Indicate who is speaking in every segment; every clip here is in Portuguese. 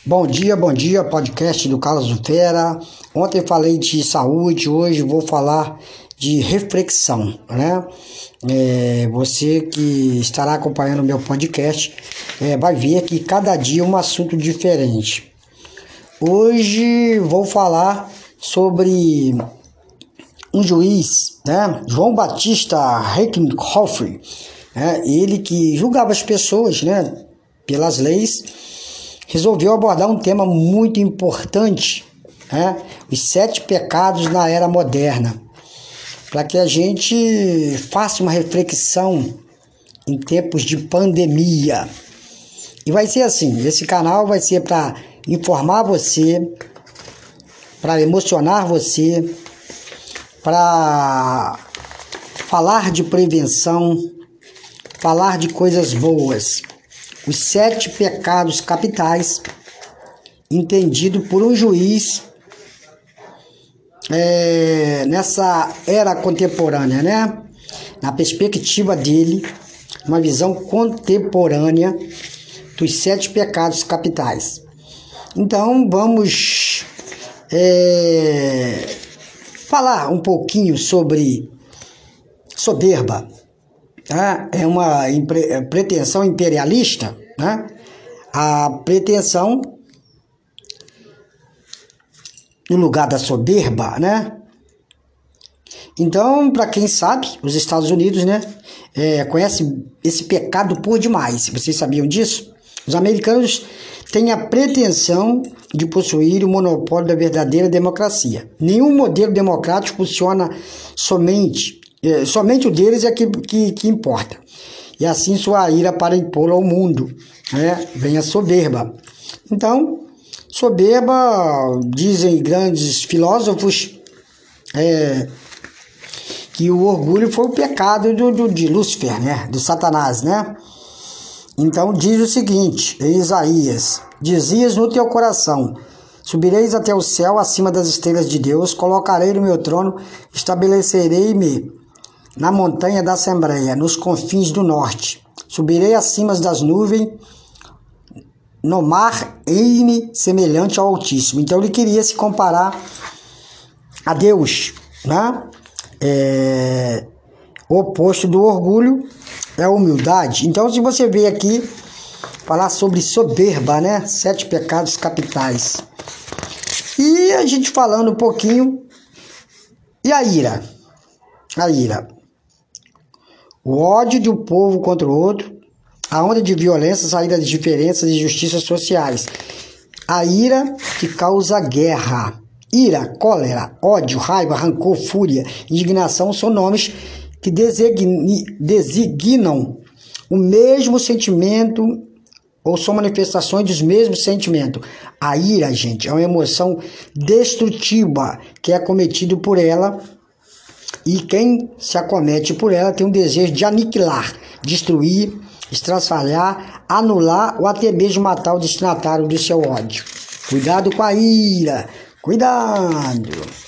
Speaker 1: Bom dia, podcast do Carlos Fera. Ontem falei de saúde, hoje vou falar de reflexão, né? Você que estará acompanhando o meu podcast vai ver que cada dia é um assunto diferente. Hoje vou falar sobre um juiz, né? João Batista Reichenhofer, né? Ele que julgava as pessoas, né? Pelas leis, resolveu abordar um tema muito importante, né? Os 7 pecados na era moderna, para que a gente faça uma reflexão em tempos de pandemia. E vai ser assim, esse canal vai ser para informar você, para emocionar você, para falar de prevenção, falar de coisas boas. Os 7 pecados capitais, entendido por um juiz nessa era contemporânea, né? Na perspectiva dele, uma visão contemporânea dos 7 pecados capitais. Então, vamos falar um pouquinho sobre soberba. É uma pretensão imperialista, né? A pretensão no lugar da soberba, né? Então, para quem sabe, os Estados Unidos, né, conhecem esse pecado por demais. Vocês sabiam disso? Os americanos têm a pretensão de possuir o monopólio da verdadeira democracia. Nenhum modelo democrático funciona somente o deles é que importa. E assim sua ira para impô-lo ao mundo, né? Vem a soberba. Então, soberba, dizem grandes filósofos, que o orgulho foi o pecado de Lúcifer, né? De Satanás, né? Então diz o seguinte, em Isaías: dizias no teu coração, subireis até o céu acima das estrelas de Deus, colocarei no meu trono, estabelecerei-me na montanha da Assembleia, nos confins do norte. Subirei acima das nuvens, no mar, ei-me semelhante ao Altíssimo. Então ele queria se comparar a Deus, né? O oposto do orgulho é a humildade. Então, se você vê aqui falar sobre soberba, né? 7 pecados capitais. E a gente falando um pouquinho. E a ira? A ira. O ódio de um povo contra o outro, a onda de violência, saída de diferenças e injustiças sociais. A ira que causa guerra. Ira, cólera, ódio, raiva, rancor, fúria, indignação são nomes que designam o mesmo sentimento ou são manifestações dos mesmos sentimentos. A ira, gente, é uma emoção destrutiva que é cometido por ela. E quem se acomete por ela tem um desejo de aniquilar, destruir, estraçalhar, anular ou até mesmo matar o destinatário do seu ódio. Cuidado com a ira, cuidado.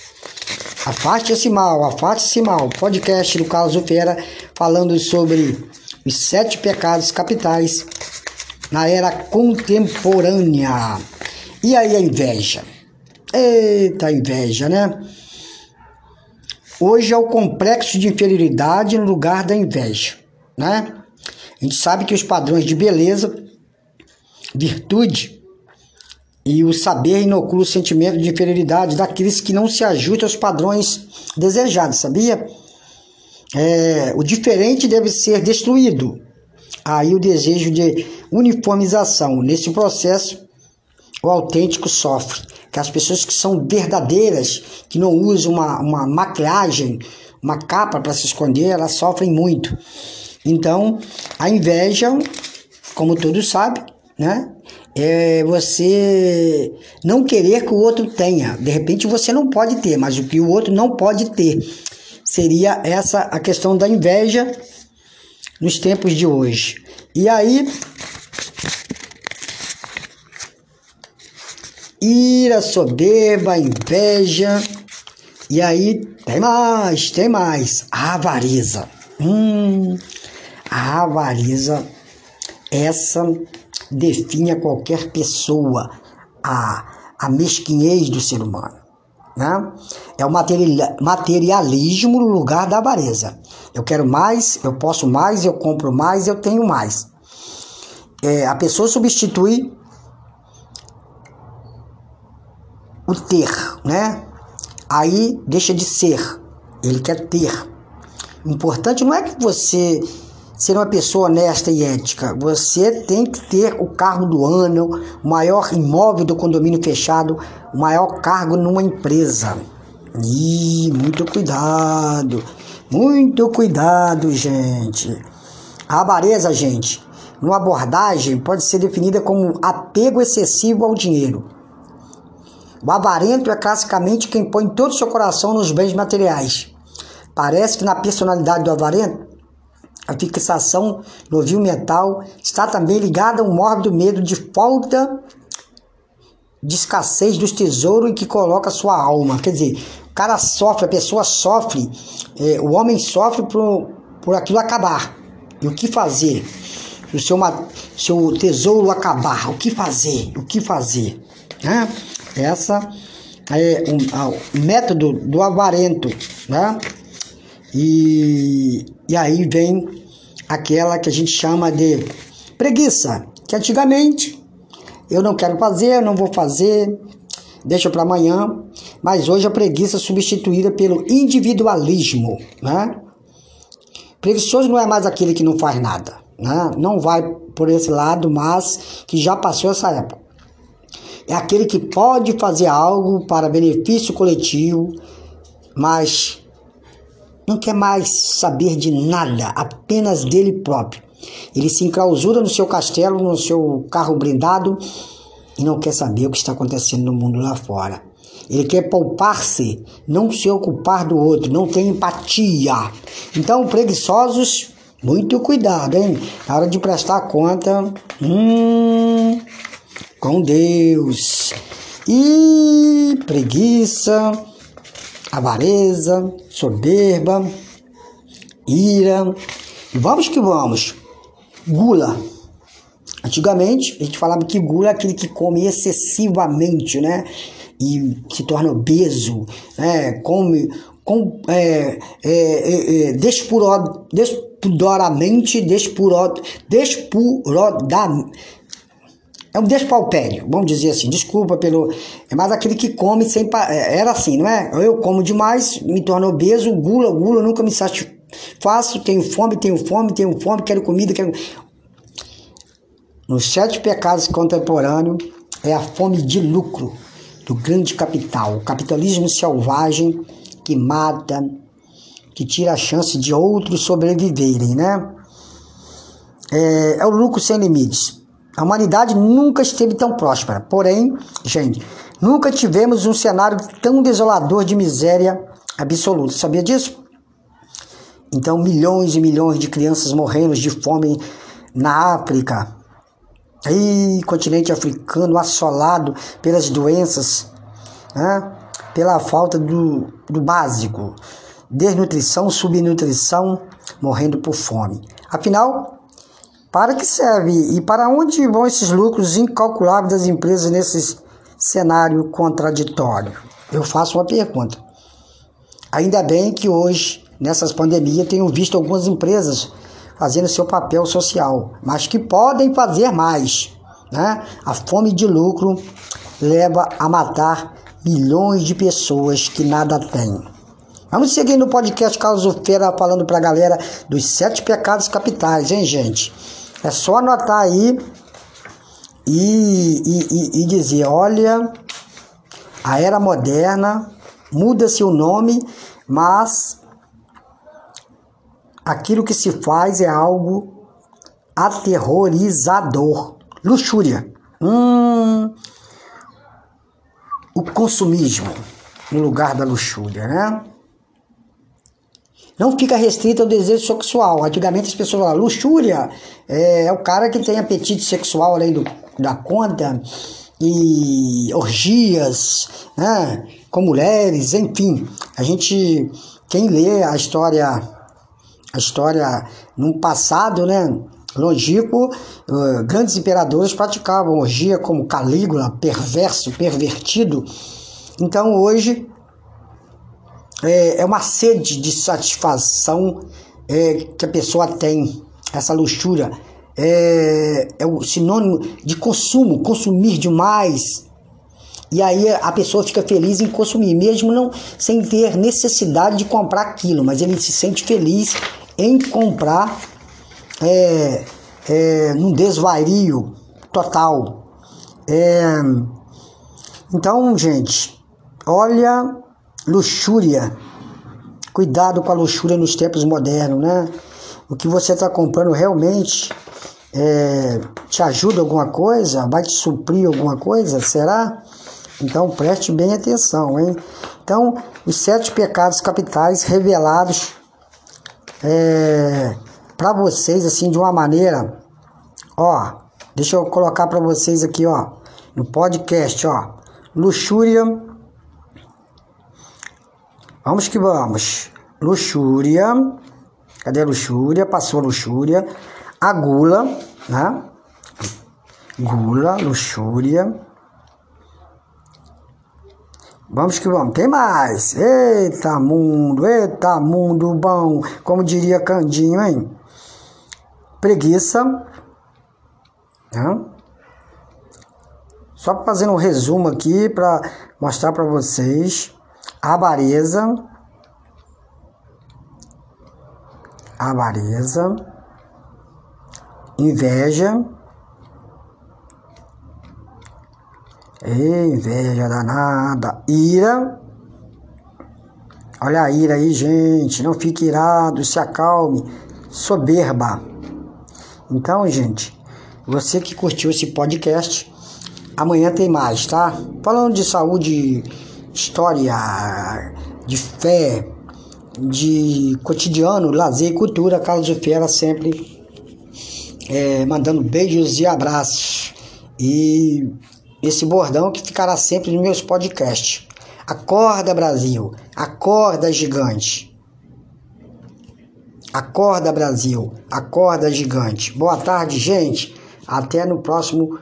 Speaker 1: Afaste esse mal, afaste esse mal. Podcast do Carlos Fera falando sobre os 7 pecados capitais na era contemporânea. E aí a inveja? Eita, inveja, né? Hoje é o complexo de inferioridade no lugar da inveja, né? A gente sabe que os padrões de beleza, virtude e o saber inoculam o sentimento de inferioridade daqueles que não se ajustam aos padrões desejados, sabia? O diferente deve ser destruído. Aí o desejo de uniformização. Nesse processo, o autêntico sofre. Que as pessoas que são verdadeiras, que não usam uma maquiagem, uma capa para se esconder, elas sofrem muito. Então, a inveja, como todos sabem, né? É você não querer que o outro tenha. De repente você não pode ter, mas o que o outro não pode ter. Seria essa a questão da inveja nos tempos de hoje. E aí, ira, soberba, inveja. E aí, tem mais. A avareza. A avareza, essa define a qualquer pessoa. a mesquinhez do ser humano, né? É o materialismo no lugar da avareza. Eu quero mais, eu posso mais, eu compro mais, eu tenho mais. A pessoa substitui o ter, né? Aí deixa de ser, ele quer ter. O importante não é que você ser uma pessoa honesta e ética. Você tem que ter o carro do ano, o maior imóvel do condomínio fechado, o maior cargo numa empresa. Muito cuidado, gente. A avareza, gente, numa abordagem pode ser definida como apego excessivo ao dinheiro. O avarento é classicamente quem põe todo o seu coração nos bens materiais. Parece que na personalidade do avarento, a fixação no vil mental está também ligada a um mórbido medo de falta de escassez dos tesouros em que coloca sua alma. Quer dizer, o cara sofre, a pessoa sofre, o homem sofre por aquilo acabar. E o que fazer? Se o seu tesouro acabar, o que fazer? O que fazer? Né? Essa é o método do avarento, né? E aí vem aquela que a gente chama de preguiça, que antigamente eu não quero fazer, eu não vou fazer, deixa para amanhã, mas hoje a preguiça é substituída pelo individualismo, né? Preguiçoso não é mais aquele que não faz nada, né? Não vai por esse lado, mas que já passou essa época. É aquele que pode fazer algo para benefício coletivo, mas não quer mais saber de nada, apenas dele próprio. Ele se enclausura no seu castelo, no seu carro blindado e não quer saber o que está acontecendo no mundo lá fora. Ele quer poupar-se, não se ocupar do outro, não tem empatia. Então, preguiçosos, muito cuidado, hein? Na hora de prestar conta, com Deus. E preguiça, avareza, soberba, ira. E vamos que vamos. Gula. Antigamente, a gente falava que gula é aquele que come excessivamente, né? E se torna obeso, né? Come é um despautério, vamos dizer assim, desculpa pelo... É mais aquele que come sem... Era assim, não é? Eu como demais, me torno obeso, gula, nunca me satisfaço, tenho fome, quero comida, Nos 7 pecados contemporâneos é a fome de lucro do grande capital, o capitalismo selvagem que mata, que tira a chance de outros sobreviverem, né? É o lucro sem limites. A humanidade nunca esteve tão próspera. Porém, gente, nunca tivemos um cenário tão desolador de miséria absoluta. Sabia disso? Então, milhões e milhões de crianças morrendo de fome na África. Aí, continente africano assolado pelas doenças, né? Pela falta do básico. Desnutrição, subnutrição, morrendo por fome. Afinal, para que serve e para onde vão esses lucros incalculáveis das empresas nesse cenário contraditório? Eu faço uma pergunta. Ainda bem que hoje, nessas pandemias, tenho visto algumas empresas fazendo seu papel social, mas que podem fazer mais, né? A fome de lucro leva a matar milhões de pessoas que nada têm. Vamos seguir no podcast Carlos Feira falando para a galera dos 7 pecados capitais, hein, gente? É só anotar aí e dizer, olha, a era moderna, muda-se o nome, mas aquilo que se faz é algo aterrorizador. Luxúria. O consumismo no lugar da luxúria, né? Não fica restrito ao desejo sexual. Antigamente as pessoas falavam, luxúria é o cara que tem apetite sexual além da conta, e orgias, né, com mulheres, enfim. Quem lê a história no passado, né, longínquo, grandes imperadores praticavam orgia, como Calígula, perverso, pervertido. Então hoje é uma sede de satisfação que a pessoa tem, essa luxúria. É o sinônimo de consumo, consumir demais. E aí a pessoa fica feliz em consumir, mesmo não sem ter necessidade de comprar aquilo, mas ele se sente feliz em comprar num desvario total. Então, gente, olha, luxúria. Cuidado com a luxúria nos tempos modernos, né? O que você está comprando realmente te ajuda alguma coisa? Vai te suprir alguma coisa? Será? Então preste bem atenção, hein? Então, os 7 pecados capitais revelados para vocês, assim, de uma maneira, ó, deixa eu colocar para vocês aqui, ó, no podcast, ó, luxúria, vamos que vamos, luxúria, cadê a luxúria? Passou a luxúria, a gula, né? Gula, luxúria. Vamos que vamos, tem mais. Eita mundo bom, como diria Candinho, hein? Preguiça, né? Só fazendo um resumo aqui para mostrar para vocês. Avareza, inveja, inveja danada, ira. Olha a ira aí, gente, não fique irado, se acalme, soberba. Então, gente, você que curtiu esse podcast, amanhã tem mais, tá? Falando de saúde, história, de fé, de cotidiano, lazer e cultura, Carlos Fera sempre mandando beijos e abraços. E esse bordão que ficará sempre nos meus podcasts. Acorda, Brasil. Acorda, gigante. Acorda, Brasil. Acorda, gigante. Boa tarde, gente. Até no próximo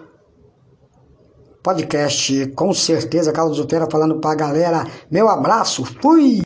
Speaker 1: podcast. Com certeza, Carlos Zupera falando pra galera. Meu abraço. Fui!